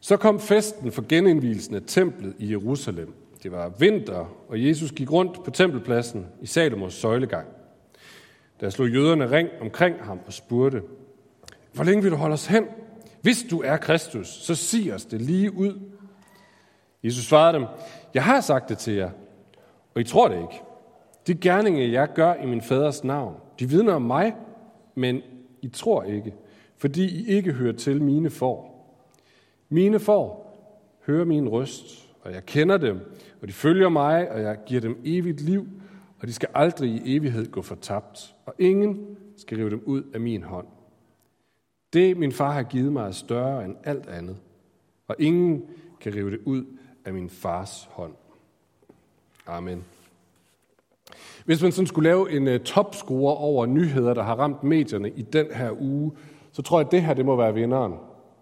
Så kom festen for genindvielsen af templet i Jerusalem. Det var vinter, og Jesus gik rundt på tempelpladsen i Salomos søjlegang. Der slog jøderne ring omkring ham og spurgte, hvor længe vil du holde os hen? Hvis du er Kristus, så sig os det lige ud. Jesus svarede dem, jeg har sagt det til jer, og I tror det ikke. De gerninger, jeg gør i min faders navn, de vidner om mig, men I tror ikke, fordi I ikke hører til mine får. Mine får hører min røst, og jeg kender dem, og de følger mig, og jeg giver dem evigt liv, og de skal aldrig i evighed gå fortabt, og ingen skal rive dem ud af min hånd. Det, min far har givet mig, er større end alt andet, og ingen kan rive det ud af min fars hånd. Amen. Hvis man sådan skulle lave en topscore over nyheder, der har ramt medierne i den her uge, så tror jeg, at det her det må være vinderen.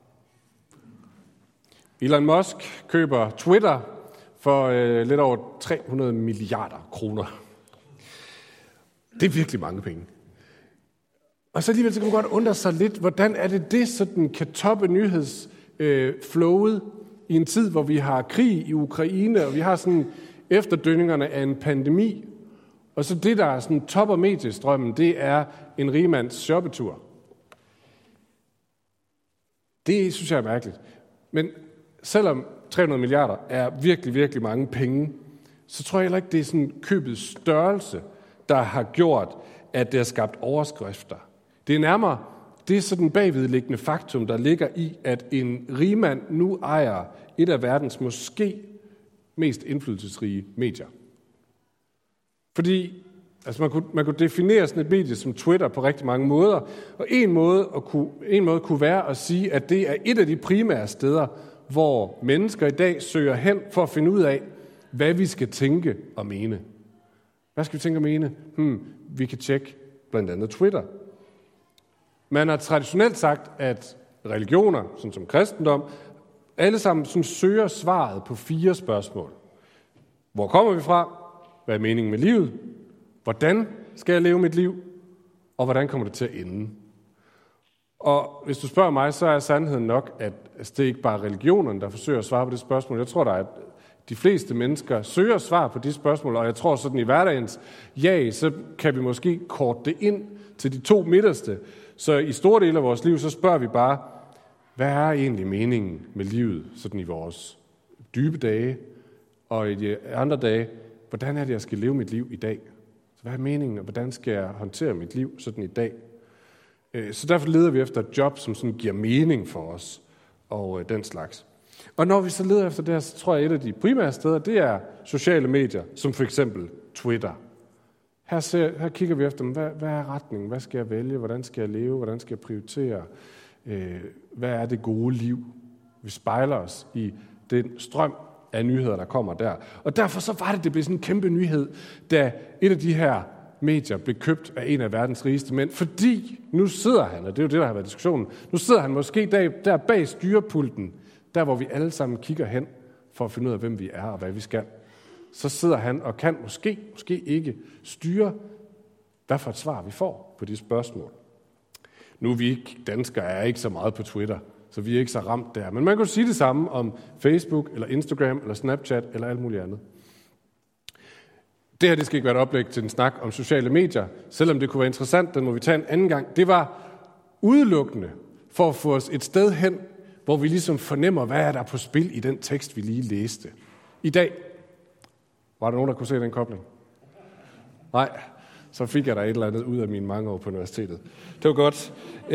Elon Musk køber Twitter for lidt over 300 milliarder kroner. Det er virkelig mange penge. Og så alligevel så kan man godt undre sig lidt, hvordan er det sådan kan toppe nyhedsflowet i en tid, hvor vi har krig i Ukraine, og vi har sådan efterdønningerne af en pandemi. Og så det, der sådan topper mediestrømmen, det er en rigmands shoppetur. Det synes jeg er mærkeligt. Men selvom 300 milliarder er virkelig, virkelig mange penge, så tror jeg heller ikke, det er sådan købets størrelse, der har gjort, at det har skabt overskrifter. Det er nærmere det sådan bagvedliggende faktum, der ligger i, at en rigmand nu ejer et af verdens måske mest indflydelsesrige medier. Fordi altså man kunne definere sådan et medie som Twitter på rigtig mange måder, og en måde kunne være at sige, at det er et af de primære steder, hvor mennesker i dag søger hen for at finde ud af, hvad vi skal tænke og mene. Hvad skal vi tænke og mene? Vi kan tjekke blandt andet Twitter. Man har traditionelt sagt, at religioner, sådan som kristendom, alle sammen sådan søger svaret på 4 spørgsmål. Hvor kommer vi fra? Hvad er meningen med livet? Hvordan skal jeg leve mit liv? Og hvordan kommer det til at ende? Og hvis du spørger mig, så er sandheden nok, at det er ikke bare religionerne, der forsøger at svare på det spørgsmål. Jeg tror, at de fleste mennesker søger svar på de spørgsmål, og jeg tror sådan i hverdagens så kan vi måske korte det ind til de 2 midterste. Så i store dele af vores liv, så spørger vi bare, hvad er egentlig meningen med livet, sådan i vores dybe dage, og i de andre dage, hvordan er det, jeg skal leve mit liv i dag? Så hvad er meningen, og hvordan skal jeg håndtere mit liv sådan i dag? Så derfor leder vi efter et job, som sådan giver mening for os, og den slags. Og når vi så leder efter det her, så tror jeg, at et af de primære steder, det er sociale medier, som for eksempel Twitter. Her kigger vi efter, hvad er retningen? Hvad skal jeg vælge? Hvordan skal jeg leve? Hvordan skal jeg prioritere? Hvad er det gode liv? Vi spejler os i den strøm af nyheder, der kommer der. Og derfor så var det blev sådan en kæmpe nyhed, da et af de her medier blev købt af en af verdens rigeste mænd, fordi nu sidder han, og det er jo det, der har været diskussionen, nu sidder han måske der bag styrepulten, der hvor vi alle sammen kigger hen for at finde ud af, hvem vi er og hvad vi skal. Så sidder han og kan måske ikke styre, hvad for et svar vi får på de spørgsmål. Nu er vi ikke danskere, er ikke så meget på Twitter, så vi er ikke så ramt der. Men man kan sige det samme om Facebook, eller Instagram, eller Snapchat, eller alt muligt andet. Det her, det skal ikke være et oplæg til en snak om sociale medier, selvom det kunne være interessant, den må vi tage en anden gang. Det var udelukkende for at få os et sted hen, hvor vi ligesom fornemmer, hvad er der på spil i den tekst, vi lige læste. I dag, var der nogen, der kunne se den kobling? Nej, så fik jeg der et eller andet ud af mine mange år på universitetet. Det var godt.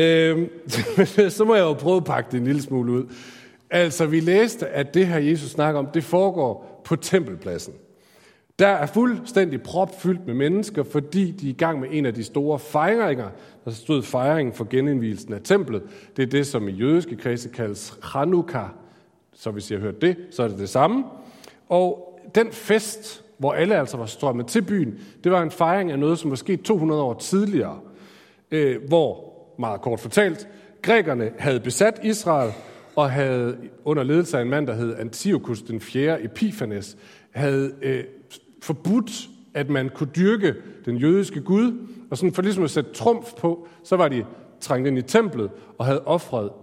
Så må jeg jo prøve at pakke det en lille smule ud. Altså, vi læste, at det her, Jesus snakker om, det foregår på tempelpladsen. Der er fuldstændig propfyldt med mennesker, fordi de er i gang med en af de store fejringer. Der stod fejringen for genindvielsen af templet. Det er det, som i jødiske kredse kaldes Chanukka. Så hvis I har hørt det, så er det det samme. Og den fest, hvor alle altså var strømmet til byen, det var en fejring af noget, som var sket 200 år tidligere, hvor, meget kort fortalt, grækerne havde besat Israel, og havde under ledelse af en mand, der hed Antiochus den 4. Epiphanes, havde forbudt, at man kunne dyrke den jødiske Gud, og sådan for ligesom at sætte trumf på, så var de trængt ind i templet og havde ofret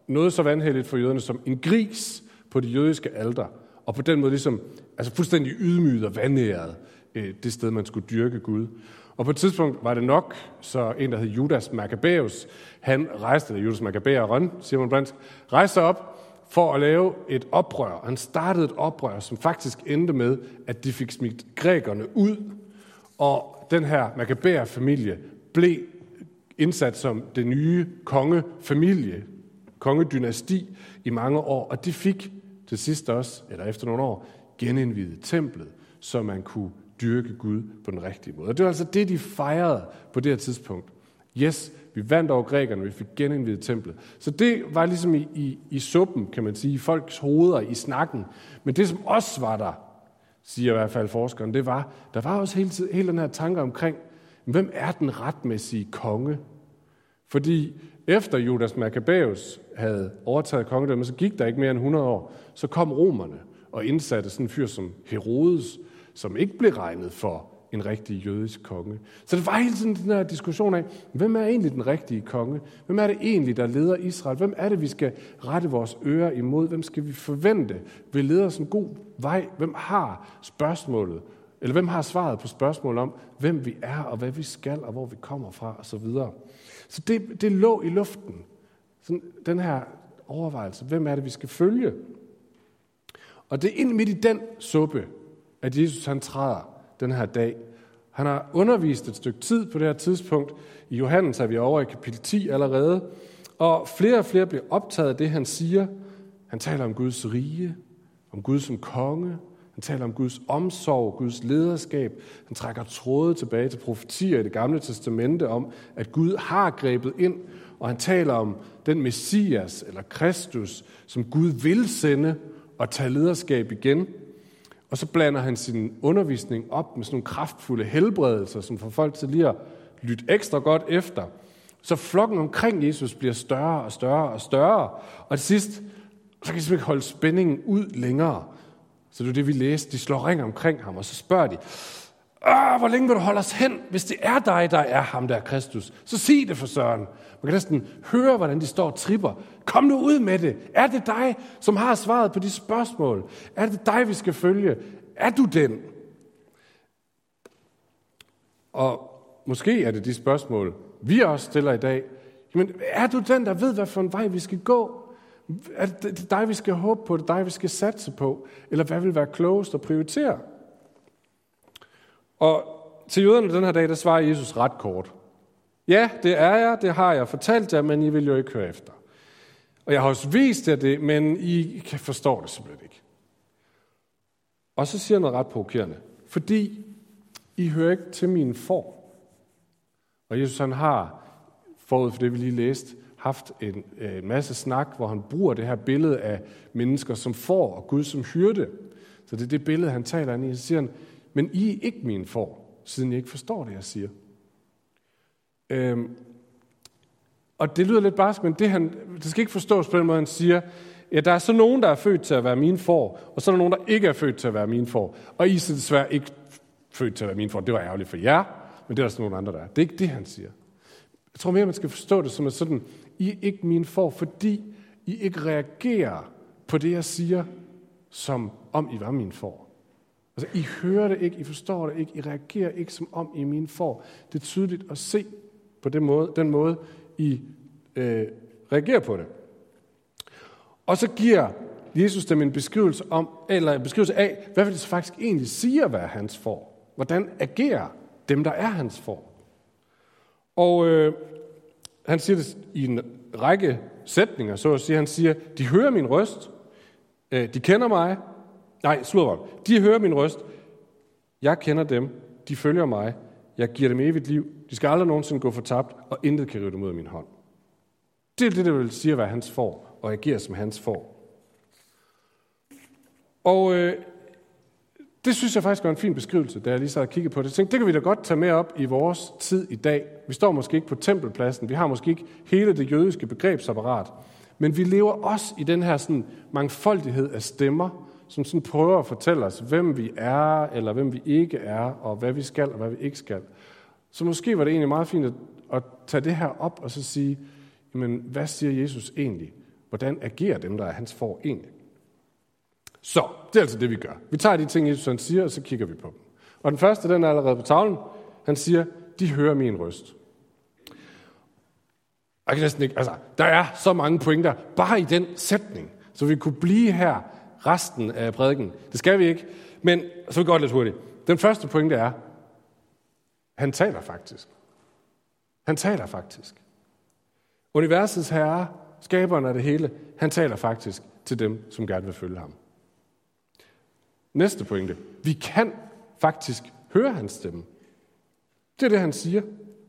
noget så vanhelligt for jøderne som en gris på det jødiske alter, og på den måde ligesom, altså fuldstændig ydmyget og vanæret det sted, man skulle dyrke Gud. Og på et tidspunkt var det nok, så en, der hed Judas Maccabæus, Judas Maccabæeren, siger man blandt, rejste op for at lave et oprør. Han startede et oprør, som faktisk endte med, at de fik smidt grækerne ud, og den her Maccabæer-familie blev indsat som det nye kongefamilie, kongedynasti i mange år, og de fik til sidst også, eller efter nogle år, genindviet templet, så man kunne dyrke Gud på den rigtige måde. Og det var altså det, de fejrede på det her tidspunkt. Yes, vi vandt over grækerne, vi fik genindviet templet. Så det var ligesom i suppen, kan man sige, i folks hoveder, i snakken. Men det, som også var der, siger i hvert fald forskeren, det var, der var også hele den her tanke omkring, hvem er den retmæssige konge? Fordi efter Judas Maccabæus havde overtaget kongedømmet, så gik der ikke mere end 100 år. Så kom romerne og indsatte sådan en fyr som Herodes, som ikke blev regnet for en rigtig jødisk konge. Så det var hele tiden den her diskussion af, hvem er egentlig den rigtige konge? Hvem er det egentlig, der leder Israel? Hvem er det, vi skal rette vores ører imod? Hvem skal vi forvente vil lede os en god vej? Hvem har spørgsmålet? Eller hvem har svaret på spørgsmålet om, hvem vi er, og hvad vi skal, og hvor vi kommer fra, og så videre. Så det lå i luften. Sådan, den her overvejelse, hvem er det, vi skal følge? Og det er ind midt i den suppe, at Jesus han træder den her dag. Han har undervist et stykke tid på det her tidspunkt. I Johannes er vi over i kapitel 10 allerede. Og flere bliver optaget af det, han siger. Han taler om Guds rige, om Gud som konge. Han taler om Guds omsorg, Guds lederskab. Han trækker tråde tilbage til profetier i Det Gamle Testamente om, at Gud har grebet ind. Og han taler om den Messias, eller Kristus, som Gud vil sende og tage lederskab igen. Og så blander han sin undervisning op med sådan nogle kraftfulde helbredelser, som får folk til lige at lytte ekstra godt efter. Så flokken omkring Jesus bliver større og større og større. Og til sidst, så kan de simpelthen ikke holde spændingen ud længere. Så det er det, vi læste. De slår ring omkring ham, og så spørger de, hvor længe vil du holde os hen, hvis det er dig, der er ham, der er Kristus? Så sig det for Søren. Man kan næsten høre, hvordan de står og tripper. Kom nu ud med det. Er det dig, som har svaret på de spørgsmål? Er det dig, vi skal følge? Er du den? Og måske er det de spørgsmål, vi også stiller i dag. Men er du den, der ved, hvad for en vej vi skal gå? Er det dig, vi skal håbe på? Er det dig, vi skal satse på? Eller hvad vil være klogest at prioritere? Og til jøderne den her dag, der svarer Jesus ret kort. Ja, det er jeg, det har jeg fortalt jer, men I vil jo ikke høre efter. Og jeg har også vist jer det, men I forstår det simpelthen ikke. Og så siger han noget ret provokerende. Fordi I hører ikke til mine får. Og Jesus han har, forud for det vi lige læste, haft en masse snak, hvor han bruger det her billede af mennesker som får, og Gud som hyrde. Så det er det billede, han taler ind i. Så siger han, men I er ikke mine får, siden I ikke forstår det, jeg siger. Og det lyder lidt barsk, men det skal ikke forstås på den måde, han siger, ja, der er så nogen, der er født til at være mine får, og så er der nogen, der ikke er født til at være mine får. Og I er så desværre ikke født til at være mine får. Det var ærgerligt for jer, men det er der så nogle andre, der er. Det er ikke det, han siger. Jeg tror mere, man skal forstå det som at sådan, I er ikke mine får, fordi I ikke reagerer på det, jeg siger, som om I var mine får. Altså, I hører det ikke, I forstår det ikke, I reagerer ikke, som om I er mine får. Det er tydeligt at se på den måde, I reagerer på det. Og så giver Jesus dem en beskrivelse af, hvad vil det så faktisk egentlig sige at være hans får? Hvordan agerer dem, der er hans får? Og han siger det i en række sætninger, så at sige. Han siger, de hører min røst, de kender mig. Nej, de hører min røst, jeg kender dem, de følger mig, jeg giver dem evigt liv, de skal aldrig nogensinde gå fortabt, og intet kan rive dem ud af min hånd. Det er det, der vil sige at være hans får, og agere som hans får. Og det synes jeg faktisk var en fin beskrivelse, da jeg lige sad og kiggede på det. Jeg tænkte, det kan vi da godt tage med op i vores tid i dag. Vi står måske ikke på tempelpladsen, vi har måske ikke hele det jødiske begrebsapparat, men vi lever også i den her sådan mangfoldighed af stemmer, som sådan prøver at fortælle os, hvem vi er, eller hvem vi ikke er, og hvad vi skal, og hvad vi ikke skal. Så måske var det egentlig meget fint at tage det her op, og så sige, jamen, hvad siger Jesus egentlig hvordan agerer dem, der er hans får egentlig? Så, det er altså det, vi gør. Vi tager de ting, Jesus han siger, og så kigger vi på dem. Og den første, den er allerede på tavlen. Han siger, de hører min røst. Jeg kan næsten ikke, der er så mange pointer, bare i den sætning, så vi kunne blive her resten af prædiken. Det skal vi ikke, men så vil vi godt lidt hurtigt. Den første pointe er, han taler faktisk. Han taler faktisk. Universets herre, skaberen af det hele, han taler faktisk til dem, som gerne vil følge ham. Næste pointe. Vi kan faktisk høre hans stemme. Det er det, han siger.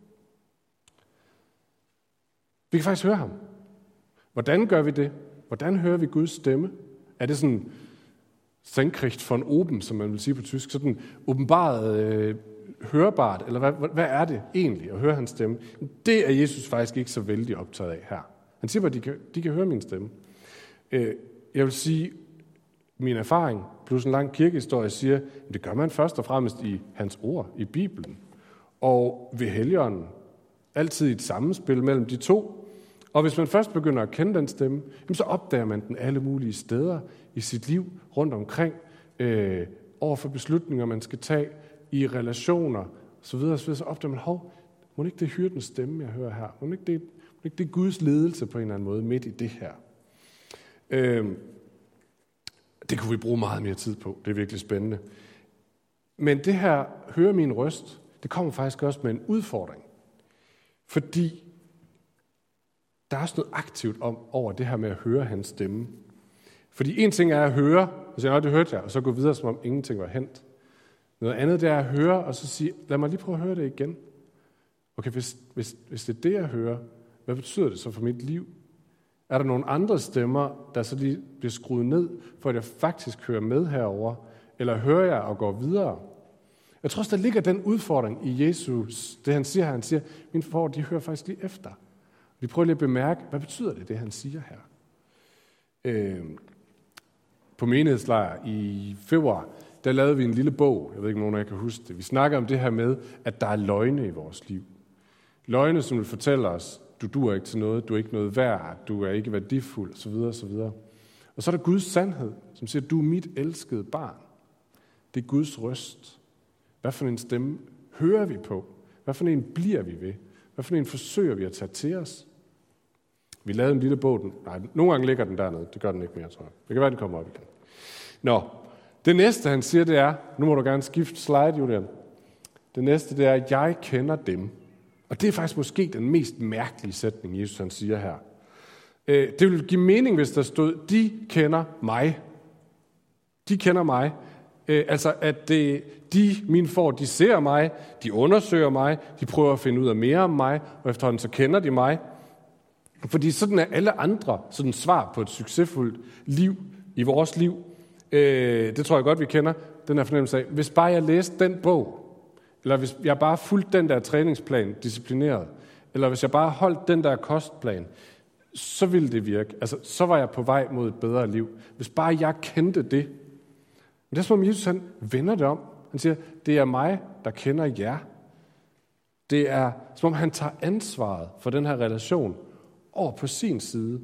Vi kan faktisk høre ham. Hvordan gør vi det? Hvordan hører vi Guds stemme? Er det sådan senkrecht von oben, som man vil sige på tysk? Sådan åbenbaret hørbart? Eller hvad er det egentlig at høre hans stemme? Det er Jesus faktisk ikke så vældig optaget af her. Han siger bare, at de kan høre min stemme. Jeg vil sige, min erfaring plus en lang kirkehistorie siger, at det gør man først og fremmest i hans ord, i Bibelen. Og ved Helligånden. Altid i et sammenspil mellem de to. Og hvis man først begynder at kende den stemme, så opdager man den alle mulige steder i sit liv, rundt omkring, over for beslutninger, man skal tage i relationer, så opdager man, må ikke det hyrdens stemme, jeg hører her? Må ikke det er Guds ledelse på en eller anden måde midt i det her? Det kunne vi bruge meget mere tid på. Det er virkelig spændende. Men det her, høre min røst, det kommer faktisk også med en udfordring. Fordi der er også noget aktivt over det her med at høre hans stemme. Fordi en ting er at høre, og sige, det hørte jeg, og så gå videre, som om ingenting var hent. Noget andet det er at høre, og så sige, lad mig lige prøve at høre det igen. Okay, hvis det er det, jeg hører, hvad betyder det så for mit liv? Er der nogle andre stemmer, der så lige bliver skruet ned, for at jeg faktisk hører med herover, eller hører jeg og går videre? Jeg tror også, der ligger den udfordring i Jesus, det han siger her. Han siger, mine får, de hører faktisk lige efter. Vi prøver lige at bemærke, hvad betyder det han siger her? På menighedslejr i februar, der lavede vi en lille bog. Jeg ved ikke, om nogen af jer kan huske det. Vi snakker om det her med, at der er løgne i vores liv. Løgne, som vil fortælle os, du duer ikke til noget, du er ikke noget værd, du er ikke værdifuld, osv. osv. Og så er der Guds sandhed, som siger, du er mit elskede barn. Det er Guds røst. Hvad for en stemme hører vi på? Hvad for en bliver vi ved? Hvad for en forsøger vi at tage til os? Vi lavede en lille bog. Nogle gange ligger den dernede. Det gør den ikke mere, tror jeg. Det kan være, den kommer op igen. Nå, det næste, han siger, det er, nu må du gerne skifte slide, Julian. Det næste, det er, at jeg kender dem. Og det er faktisk måske den mest mærkelige sætning, Jesus han siger her. Det ville give mening, hvis der stod, de kender mig. De kender mig. Altså, at mine får, de ser mig, de undersøger mig, de prøver at finde ud af mere om mig, og efterhånden så kender de mig. Fordi sådan er alle andre sådan svar på et succesfuldt liv i vores liv. Det tror jeg godt, vi kender, den her fornemmelse af. Hvis bare jeg læste den bog, eller hvis jeg bare fulgte den der træningsplan disciplineret, eller hvis jeg bare holdt den der kostplan, så ville det virke. Altså, så var jeg på vej mod et bedre liv. Hvis bare jeg kendte det. Men det er som om Jesus han vender det om. Han siger, det er mig, der kender jer. Det er som om han tager ansvaret for den her relation over på sin side.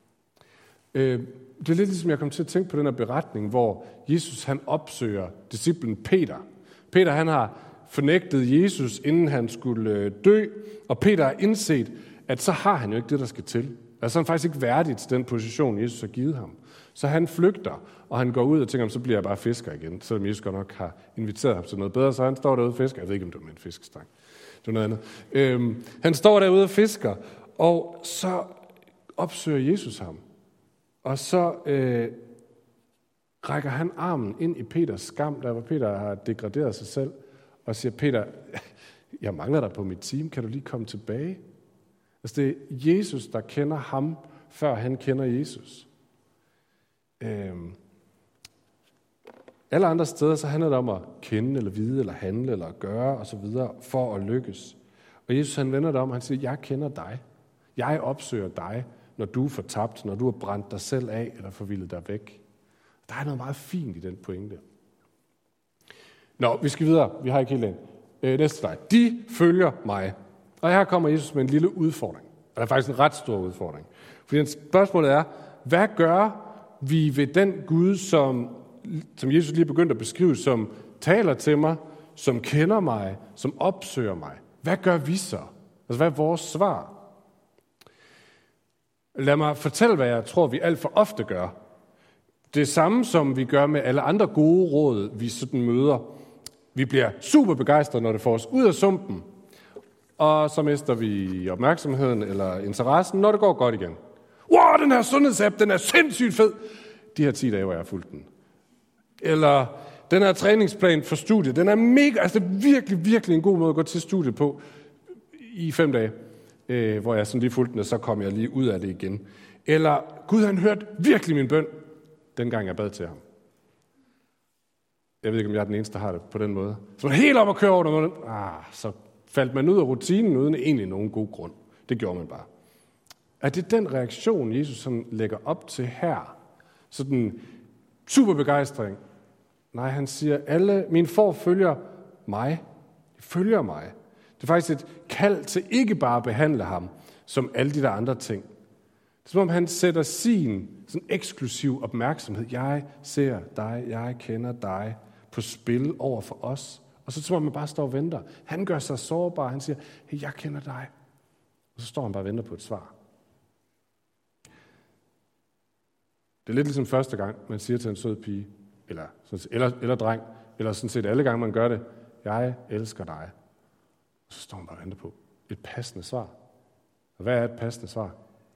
Det er lidt ligesom jeg kom til at tænke på den her beretning, hvor Jesus han opsøger disciplen Peter. Peter han har fornægtet Jesus, inden han skulle dø, og Peter har indset, at så har han jo ikke det, der skal til. Altså han er faktisk ikke værdig til den position, Jesus har givet ham. Så han flygter, og han går ud og tænker, så bliver jeg bare fisker igen, selvom Jesus godt nok har inviteret ham til noget bedre, så han står derude og fisker. Jeg ved ikke, om det var med en fiskestang. Det var noget andet. Han står derude og fisker, og så opsøger Jesus ham. Og så rækker han armen ind i Peters skam, der hvor Peter har degraderet sig selv, og siger, Peter, jeg mangler dig på mit team, kan du lige komme tilbage? Altså det er Jesus, der kender ham, før han kender Jesus. Alle andre steder, så handler det om at kende, eller vide, eller handle, eller gøre, osv., for at lykkes. Og Jesus, han vender det om, han siger, jeg kender dig. Jeg opsøger dig, når du er fortabt, når du har brændt dig selv af, eller forvildet dig væk. Der er noget meget fint i den pointe. Nå, vi skal videre. Vi har ikke helt en. Næste slide. De følger mig. Og her kommer Jesus med en lille udfordring. der er faktisk en ret stor udfordring. Fordi spørgsmålet er, hvad gør vi ved den Gud, som Jesus lige begyndte at beskrive, som taler til mig, som kender mig, som opsøger mig? Hvad gør vi så? Altså, hvad er vores svar? Lad mig fortælle, hvad jeg tror, vi alt for ofte gør. Det samme, som vi gør med alle andre gode råd, vi sådan møder. Vi bliver super begejstrede, når det får os ud af sumpen, og så mister vi opmærksomheden eller interessen, når det går godt igen. Wow, den her sundhedsapp, den er sindssygt fed. De her 10 dage, hvor jeg har fulgt den. Eller den her træningsplan for studiet, den er mega, altså virkelig, virkelig en god måde at gå til studiet på i 5 dage, hvor jeg sådan lige fulgte den, og så kom jeg lige ud af det igen. Eller, Gud han hørte virkelig min bøn, dengang jeg bad til ham. Jeg ved ikke, om jeg er den eneste, der har det på den måde. Så man helt op og køre over den, så faldt man ud af rutinen, uden egentlig nogen god grund. Det gjorde man bare. Er det den reaktion, Jesus sådan lægger op til her? Sådan super begejstring. Nej, han siger, alle mine får følger mig. De følger mig. Det er faktisk et kald til ikke bare at behandle ham som alle de der andre ting. Det er som om han sætter sin sådan eksklusiv opmærksomhed. Jeg ser dig, jeg kender dig på spil over for os. Og så tror man bare står og venter. Han gør sig sårbar. Han siger, hey, jeg kender dig. Og så står han bare og venter på et svar. Det er lidt ligesom første gang, man siger til en sød pige, eller dreng, eller sådan set alle gange, man gør det, jeg elsker dig. Og så står man bare og venter på et passende svar. Og hvad er et passende svar?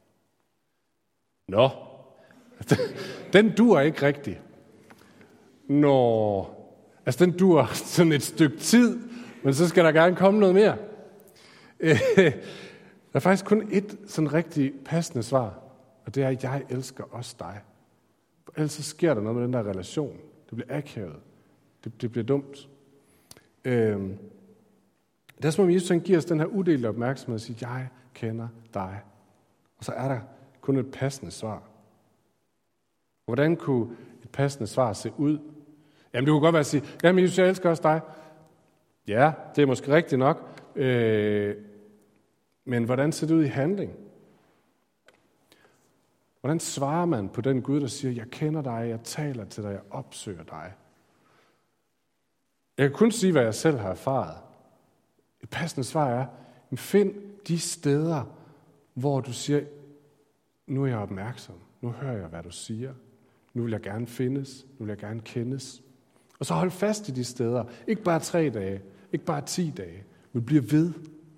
Nå, den duer ikke rigtigt. Nå, altså den duer sådan et stykke tid, men så skal der gerne komme noget mere. Der er faktisk kun et sådan rigtig passende svar, og det er, at jeg elsker også dig. For ellers så sker der noget med den der relation. Det bliver akavet. Det bliver dumt. Det er som om Jesus giver os den her udelte opmærksomhed og siger, jeg kender dig. Og så er der kun et passende svar. Hvordan kunne et passende svar se ud? Jamen det kunne godt være at sige, jamen Jesus, jeg elsker også dig. Ja, det er måske rigtigt nok. Men hvordan ser det ud i handling? Hvordan svarer man på den Gud, der siger, jeg kender dig, jeg taler til dig, jeg opsøger dig? Jeg kan kun sige, hvad jeg selv har erfaret. Et passende svar er, find de steder, hvor du siger, nu er jeg opmærksom, nu hører jeg, hvad du siger, nu vil jeg gerne findes, nu vil jeg gerne kendes. Og så hold fast i de steder, ikke bare 3 dage, ikke bare 10 dage, men bliv ved.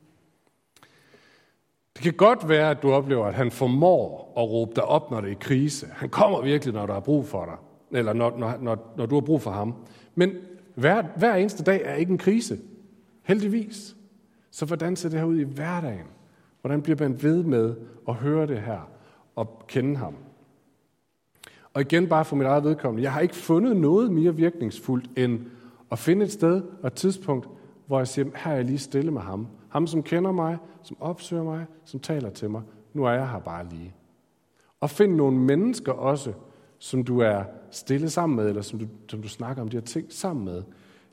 Det kan godt være, at du oplever, at han formår at råbe dig op, når det er krise. Han kommer virkelig, når der er brug for dig, eller når du har brug for ham. Men hver eneste dag er ikke en krise, heldigvis. Så hvordan ser det her ud i hverdagen? Hvordan bliver man ved med at høre det her og kende ham? Og igen bare for mit eget vedkommende, jeg har ikke fundet noget mere virkningsfuldt end at finde et sted og et tidspunkt, hvor jeg siger, her er jeg lige stille med ham. Ham, som kender mig, som opsøger mig, som taler til mig. Nu er jeg her bare lige. Og find nogle mennesker også, som du er stille sammen med, eller som du snakker om de her ting sammen med.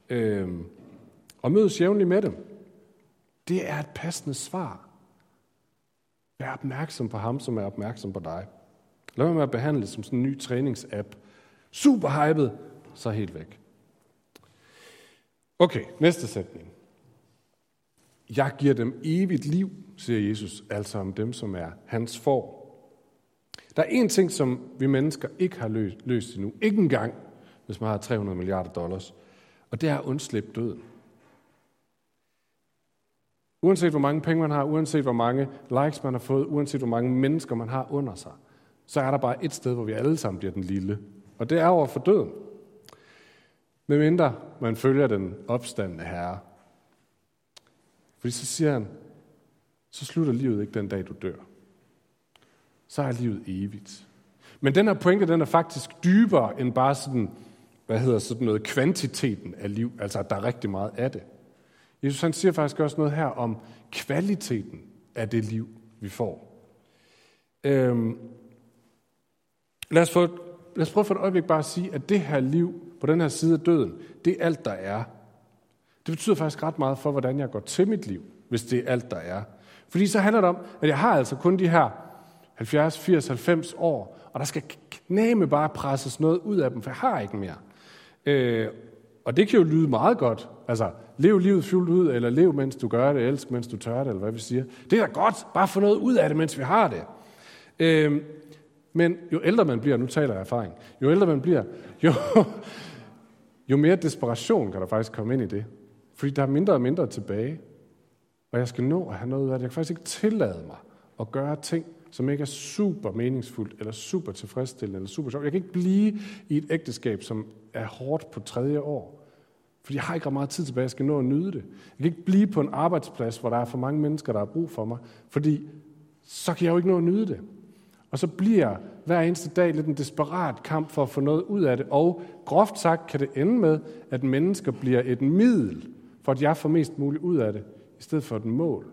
Og mødes jævnligt med dem. Det er et passende svar. Vær opmærksom på ham, som er opmærksom på dig. Lad mig med at behandle det som sådan en ny træningsapp. Super hypet, så helt væk. Okay, næste sætning. Jeg giver dem evigt liv, siger Jesus, altså om dem, som er hans får. Der er en ting, som vi mennesker ikke har løst endnu. Ikke engang, hvis man har $300 milliarder. Og det er at undslippe døden. Uanset hvor mange penge man har, uanset hvor mange likes man har fået, uanset hvor mange mennesker man har under sig, så er der bare et sted, hvor vi alle sammen bliver den lille. Og det er over for døden. Medmindre man følger den opstandne herre. Fordi så siger han, så slutter livet ikke den dag, du dør. Så er livet evigt. Men den her pointe, den er faktisk dybere end bare sådan, sådan noget kvantiteten af liv. Altså, at der er rigtig meget af det. Jesus han siger faktisk også noget her om kvaliteten af det liv, vi får. Lad os prøve for et øjeblik bare at sige, at det her liv på den her side af døden, det er alt, der er. Det betyder faktisk ret meget for, hvordan jeg går til mit liv, hvis det er alt, der er. Fordi så handler det om, at jeg har altså kun de her 70, 80, 90 år, og der skal knæme bare presses noget ud af dem, for jeg har ikke mere. Og det kan jo lyde meget godt. Altså, lev livet fuldt ud, eller lev, mens du gør det, elsk, mens du tør det, eller hvad vi siger. Det er da godt, bare få noget ud af det, mens vi har det. Men jo ældre man bliver, nu taler jeg erfaring, jo ældre man bliver, jo mere desperation kan der faktisk komme ind i det. Fordi der er mindre og mindre tilbage, og jeg skal nå at have noget ud af det. Jeg kan faktisk ikke tillade mig at gøre ting, som ikke er super meningsfuldt, eller super tilfredsstillende, eller super sjovt. Jeg kan ikke blive i et ægteskab, som er hårdt på 3. år, fordi jeg har ikke ret meget tid tilbage, jeg skal nå at nyde det. Jeg kan ikke blive på en arbejdsplads, hvor der er for mange mennesker, der har brug for mig, fordi så kan jeg jo ikke nå at nyde det. Og så bliver hver eneste dag lidt en desperat kamp for at få noget ud af det, og groft sagt kan det ende med, at mennesker bliver et middel, for at jeg får mest muligt ud af det, i stedet for et mål.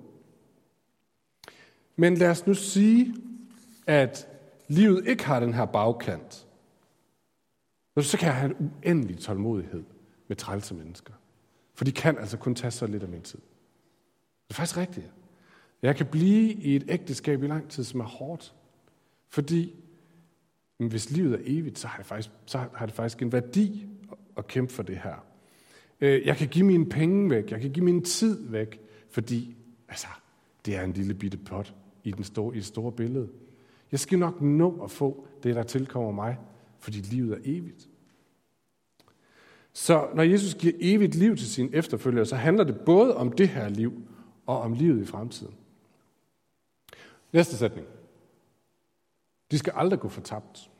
Men lad os nu sige, at livet ikke har den her bagkant. Så kan jeg have en uendelig tålmodighed med trælse mennesker. For de kan altså kun tage så lidt af min tid. Det er faktisk rigtigt. Jeg kan blive i et ægteskab i lang tid, som er hårdt. Fordi hvis livet er evigt, så har det faktisk en værdi at kæmpe for det her. Jeg kan give mine penge væk, jeg kan give min tid væk, fordi det er en lille bitte pot i det store billede. Jeg skal nok nå at få det, der tilkommer mig, fordi livet er evigt. Så når Jesus giver evigt liv til sine efterfølgere, så handler det både om det her liv og om livet i fremtiden. Næste sætning. De skal aldrig gå fortabt.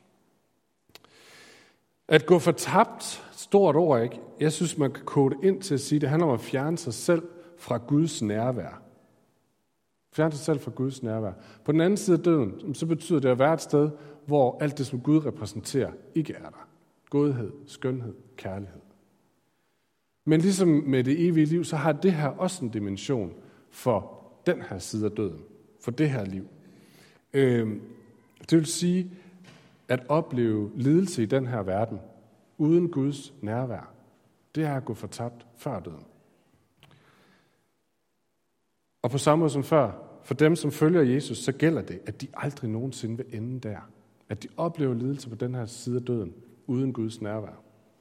At gå fortabt, stort ord ikke. Jeg synes, man kan kode ind til at sige, at det handler om at fjerne sig selv fra Guds nærvær. Fjerne sig selv fra Guds nærvær. På den anden side af døden, så betyder det at være et sted, hvor alt det, som Gud repræsenterer, ikke er der. Godhed, skønhed, kærlighed. Men ligesom med det evige liv, så har det her også en dimension for den her side af døden. For det her liv. Det vil sige, at opleve lidelse i den her verden, uden Guds nærvær, det er at gå fortabt før døden. Og på samme måde som før, for dem, som følger Jesus, så gælder det, at de aldrig nogensinde vil ende der. At de oplever lidelse på den her side af døden, uden Guds nærvær.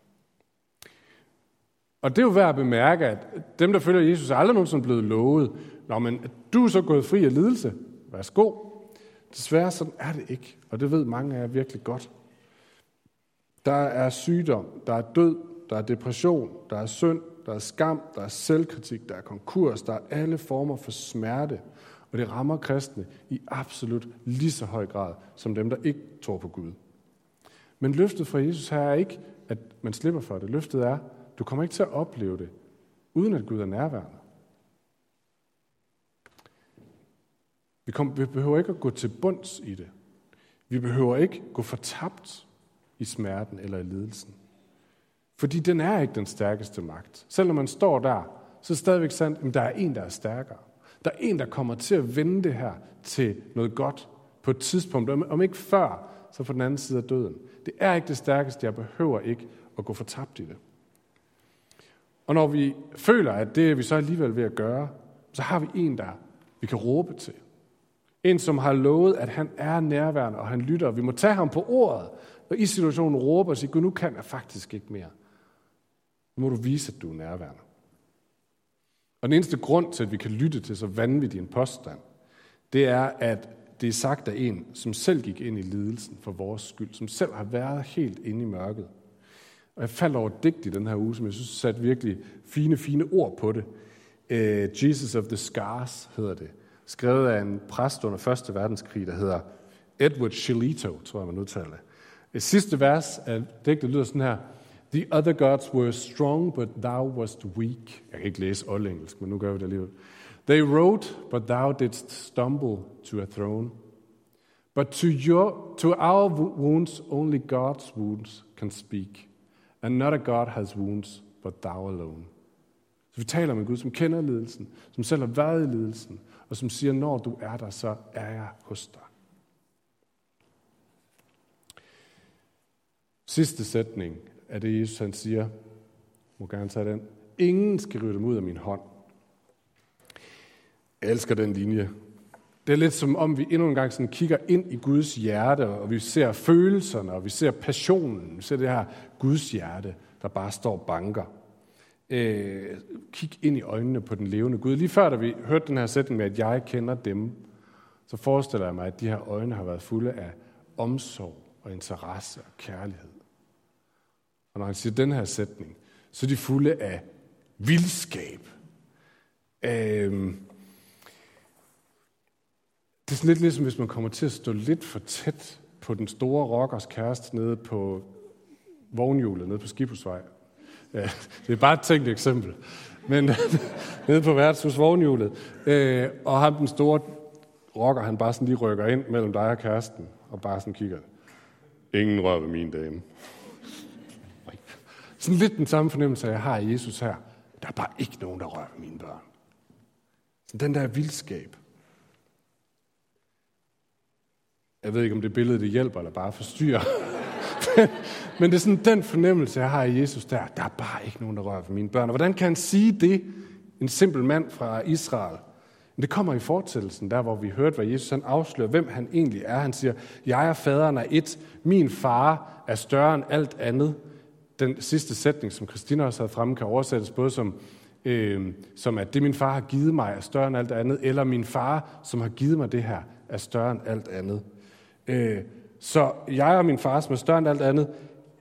Og det er jo værd at bemærke, at dem, der følger Jesus, er aldrig nogensinde blevet lovet, men du er så gået fri af lidelse. Værsgo. Desværre sådan er det ikke, og det ved mange af jer virkelig godt. Der er sygdom, der er død, der er depression, der er synd, der er skam, der er selvkritik, der er konkurs, der er alle former for smerte, og det rammer kristne i absolut lige så høj grad, som dem, der ikke tror på Gud. Men løftet fra Jesus her er ikke, at man slipper for det. Løftet er, du kommer ikke til at opleve det, uden at Gud er nærværende. Vi behøver ikke at gå til bunds i det. Vi behøver ikke gå fortabt i smerten eller i lidelsen. Fordi den er ikke den stærkeste magt. Selv når man står der, så er det stadigvæk sandt, at der er en, der er stærkere. Der er en, der kommer til at vende det her til noget godt på et tidspunkt. Om ikke før, så på den anden side af døden. Det er ikke det stærkeste. Jeg behøver ikke at gå fortabt i det. Og når vi føler, at det er vi så alligevel ved at gøre, så har vi en, der vi kan råbe til. En, som har lovet, at han er nærværende, og han lytter. Vi må tage ham på ordet, og i situationen råbe og sige, Gud, nu kan jeg faktisk ikke mere. Nu må du vise, at du er nærværende. Og den eneste grund til, at vi kan lytte til så vanvittig en påstand, det er, at det er sagt af en, som selv gik ind i lidelsen for vores skyld, som selv har været helt inde i mørket. Og jeg faldt over et digt i den her uge, som jeg synes satte virkelig fine ord på det. Jesus of the Scars hedder det. Skrevet af en præst under 1. verdenskrig, der hedder Edward Shillito, tror jeg, man udtaler det. Det sidste vers af digtet lyder sådan her. The other gods were strong, but thou wast weak. Jeg kan ikke læse oldengelsk, men nu gør vi det alligevel. They wrote, but thou didst stumble to a throne. But to our wounds, only God's wounds can speak. And not a God has wounds, but thou alone. Så vi taler om en Gud, som kender lidelsen, som selv har været i lidelsen, og som siger, når du er der, så er jeg hos dig. Sidste sætning af det, Jesus han siger, må gerne tage den. Ingen skal rive dem ud af min hånd. Jeg elsker den linje. Det er lidt som om, vi endnu en gang sådan kigger ind i Guds hjerte, og vi ser følelserne, og vi ser passionen. Vi ser det her Guds hjerte, der bare står og banker. Kig ind i øjnene på den levende Gud. Lige før, da vi hørte den her sætning med, at jeg kender dem, så forestiller jeg mig, at de her øjne har været fulde af omsorg og interesse og kærlighed. Og når han siger den her sætning, så er de fulde af vildskab. Det er sådan lidt ligesom, hvis man kommer til at stå lidt for tæt på den store rockers kæreste nede på vognhjulet, nede på Skibhusvej. Ja, det er bare et tænkt eksempel. Men nede på værtshus vognhjulet. Og ham, den store rocker, han bare sådan lige rykker ind mellem dig og kæresten, og bare sådan kigger. Ingen rør ved min dame. Sådan lidt den samme fornemmelse, jeg har af Jesus her. Der er bare ikke nogen, der rører ved mine børn. Så den der vildskab. Jeg ved ikke, om det billede det hjælper, eller bare forstyrrer. Men det er sådan den fornemmelse, jeg har af Jesus der. Der er bare ikke nogen, der rører ved mine børn. Og hvordan kan han sige det, en simpel mand fra Israel? Men det kommer i fortællelsen, der hvor vi hørte, hvad Jesus han afslører, hvem han egentlig er. Han siger, jeg og faderen er et. Min far er større end alt andet. Den sidste sætning, som Christina også havde fremme, kan oversættes både som at det, min far har givet mig, er større end alt andet, eller min far, som har givet mig det her, er større end alt andet. Så jeg og min far, som er større end alt andet,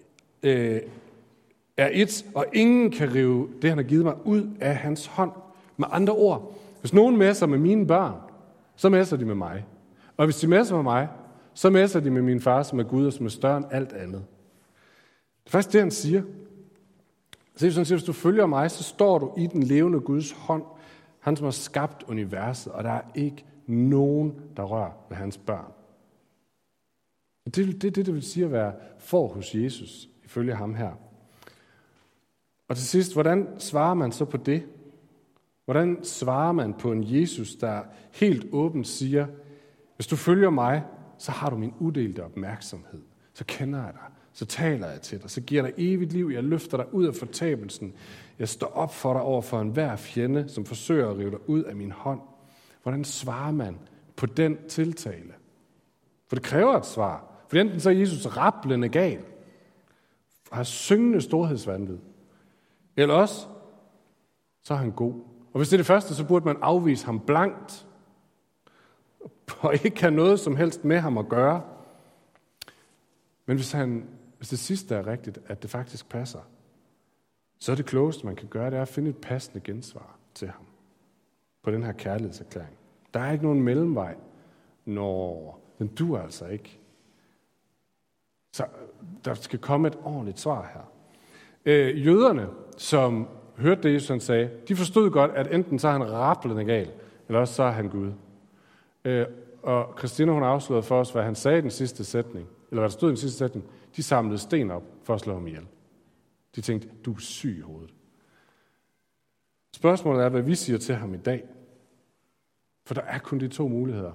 er et, og ingen kan rive det, han har givet mig, ud af hans hånd. Med andre ord, hvis nogen messer med mine børn, så messer de med mig. Og hvis de messer med mig, så messer de med min far, som er Gud, og som er større end alt andet. Det er faktisk det, han siger. Så hvis du følger mig, så står du i den levende Guds hånd, han som har skabt universet, og der er ikke nogen, der rører ved hans børn. Det er det vil sige at være for hos Jesus, ifølge ham her. Og til sidst, hvordan svarer man så på det? Hvordan svarer man på en Jesus, der helt åbent siger, hvis du følger mig, så har du min udelte opmærksomhed. Så kender jeg dig. Så taler jeg til dig. Så giver dig evigt liv. Jeg løfter dig ud af fortabelsen. Jeg står op for dig over for enhver fjende, som forsøger at rive dig ud af min hånd. Hvordan svarer man på den tiltale? For det kræver et svar. For enten så er Jesus rablende gal, har syngende storhedsvanvid, eller også så er han god. Og hvis det er det første, så burde man afvise ham blankt, og ikke have noget som helst med ham at gøre. Men hvis det sidste er rigtigt, at det faktisk passer, så er det klogeste, man kan gøre, det er at finde et passende gensvar til ham på den her kærlighedserklæring. Der er ikke nogen mellemvej, når den duer altså ikke. Så der skal komme et ordentligt svar her. Jøderne, som hørte det, Jesus sagde, de forstod godt, at enten så er han rablende gal, eller også så er han Gud. Og Christina, hun afslørede for os, hvad han sagde i den sidste sætning, eller hvad der stod i den sidste sætning. De samlede sten op for at slå ham ihjel. De tænkte, du er syg i hovedet. Spørgsmålet er, hvad vi siger til ham i dag. For der er kun de to muligheder.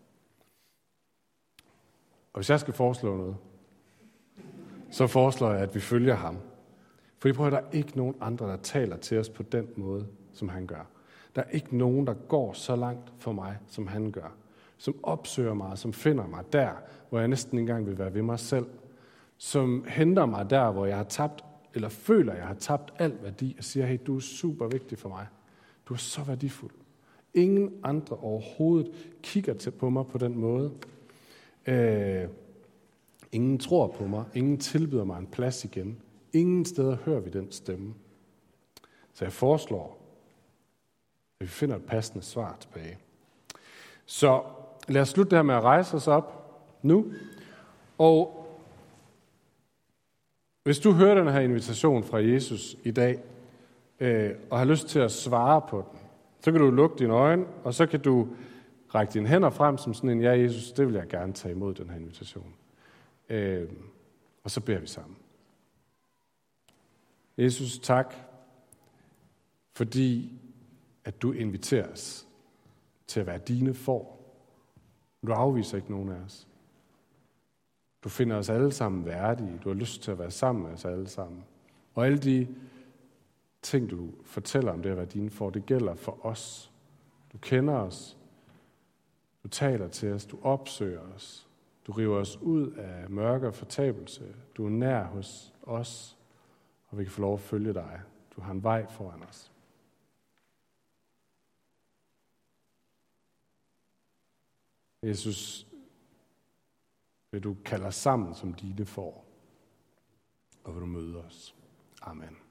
Og hvis jeg skal foreslå noget, så foreslår jeg, at vi følger ham. For jeg prøver, at der er ikke nogen andre, der taler til os på den måde, som han gør. Der er ikke nogen, der går så langt for mig, som han gør. Som opsøger mig, som finder mig der, hvor jeg næsten ikke engang vil være ved mig selv. Som henter mig der, hvor jeg har tabt, eller føler, at jeg har tabt al værdi, og siger, hey, du er super vigtig for mig. Du er så værdifuld. Ingen andre overhovedet kigger på mig på den måde. Ingen tror på mig. Ingen tilbyder mig en plads igen. Ingen steder hører vi den stemme. Så jeg foreslår, at vi finder et passende svar tilbage. Så lad os slutte det her med at rejse os op nu. Og hvis du hører den her invitation fra Jesus i dag, og har lyst til at svare på den, så kan du lukke dine øjne, og så kan du række dine hænder frem som sådan en, ja Jesus, det vil jeg gerne tage imod den her invitation. Og så beder vi sammen. Jesus, tak, fordi at du inviterer os til at være dine får. Du afviser ikke nogen af os. Du finder os alle sammen værdige. Du har lyst til at være sammen med os alle sammen. Og alle de ting, du fortæller om det at være dine får, det gælder for os. Du kender os. Du taler til os, du opsøger os. Du river os ud af mørke og fortabelse. Du er nær hos os, og vi kan få lov at følge dig. Du har en vej foran os. Jesus, vil du kalde os sammen som dine får, og vil du møde os. Amen.